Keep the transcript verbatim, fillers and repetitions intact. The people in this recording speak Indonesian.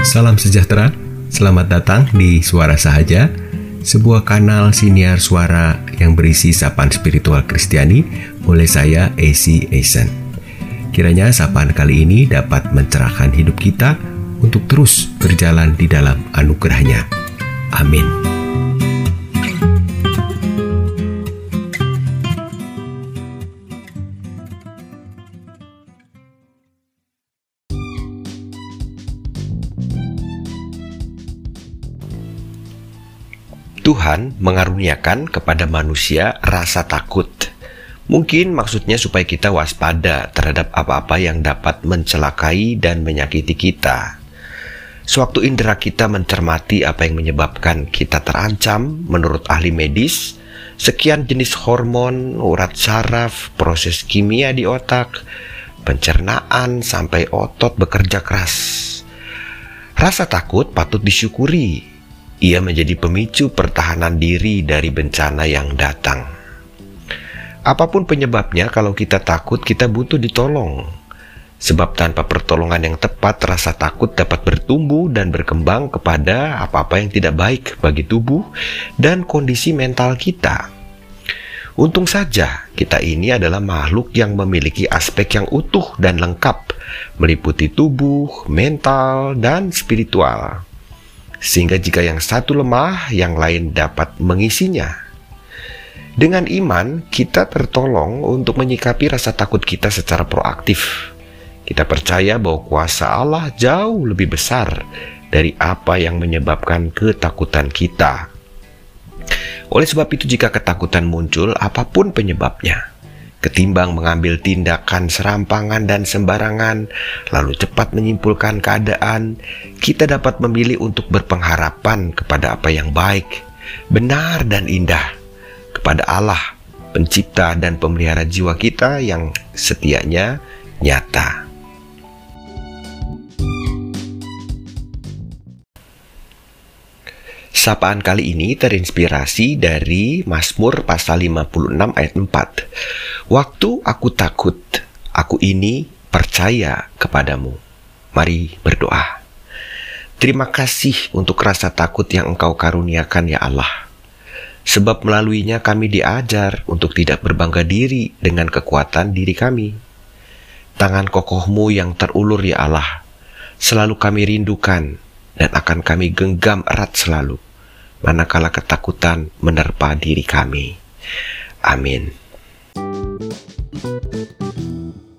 Salam sejahtera, selamat datang di Suara Sahaja, sebuah kanal siniar suara yang berisi sapaan spiritual Kristiani oleh saya, A C Eisen. Kiranya sapaan kali ini dapat mencerahkan hidup kita untuk terus berjalan di dalam anugerah-Nya. Amin. Tuhan mengaruniakan kepada manusia rasa takut. Mungkin maksudnya supaya kita waspada terhadap apa-apa yang dapat mencelakai dan menyakiti kita. Sewaktu indera kita mencermati apa yang menyebabkan kita terancam, menurut ahli medis, sekian jenis hormon, urat saraf, proses kimia di otak, pencernaan, sampai otot bekerja keras. Rasa takut patut disyukuri. Ia menjadi pemicu pertahanan diri dari bencana yang datang. Apapun penyebabnya, kalau kita takut, kita butuh ditolong. Sebab tanpa pertolongan yang tepat, rasa takut dapat bertumbuh dan berkembang kepada apa-apa yang tidak baik bagi tubuh dan kondisi mental kita. Untung saja, kita ini adalah makhluk yang memiliki aspek yang utuh dan lengkap, meliputi tubuh, mental, dan spiritual. Sehingga jika yang satu lemah, yang lain dapat mengisinya. Dengan iman, kita tertolong untuk menyikapi rasa takut kita secara proaktif. Kita percaya bahwa kuasa Allah jauh lebih besar dari apa yang menyebabkan ketakutan kita. Oleh sebab itu, jika ketakutan muncul, apapun penyebabnya, ketimbang mengambil tindakan serampangan dan sembarangan, lalu cepat menyimpulkan keadaan, kita dapat memilih untuk berpengharapan kepada apa yang baik, benar dan indah, kepada Allah, pencipta dan pemelihara jiwa kita yang setianya nyata. Sapaan kali ini terinspirasi dari Mazmur pasal lima puluh enam ayat empat. Waktu aku takut, aku ini percaya kepadamu. Mari berdoa. Terima kasih untuk rasa takut yang Engkau karuniakan ya Allah. Sebab melaluinya kami diajar untuk tidak berbangga diri dengan kekuatan diri kami. Tangan kokoh-Mu yang terulur ya Allah, selalu kami rindukan dan akan kami genggam erat selalu, manakala ketakutan menerpa diri kami. Amin.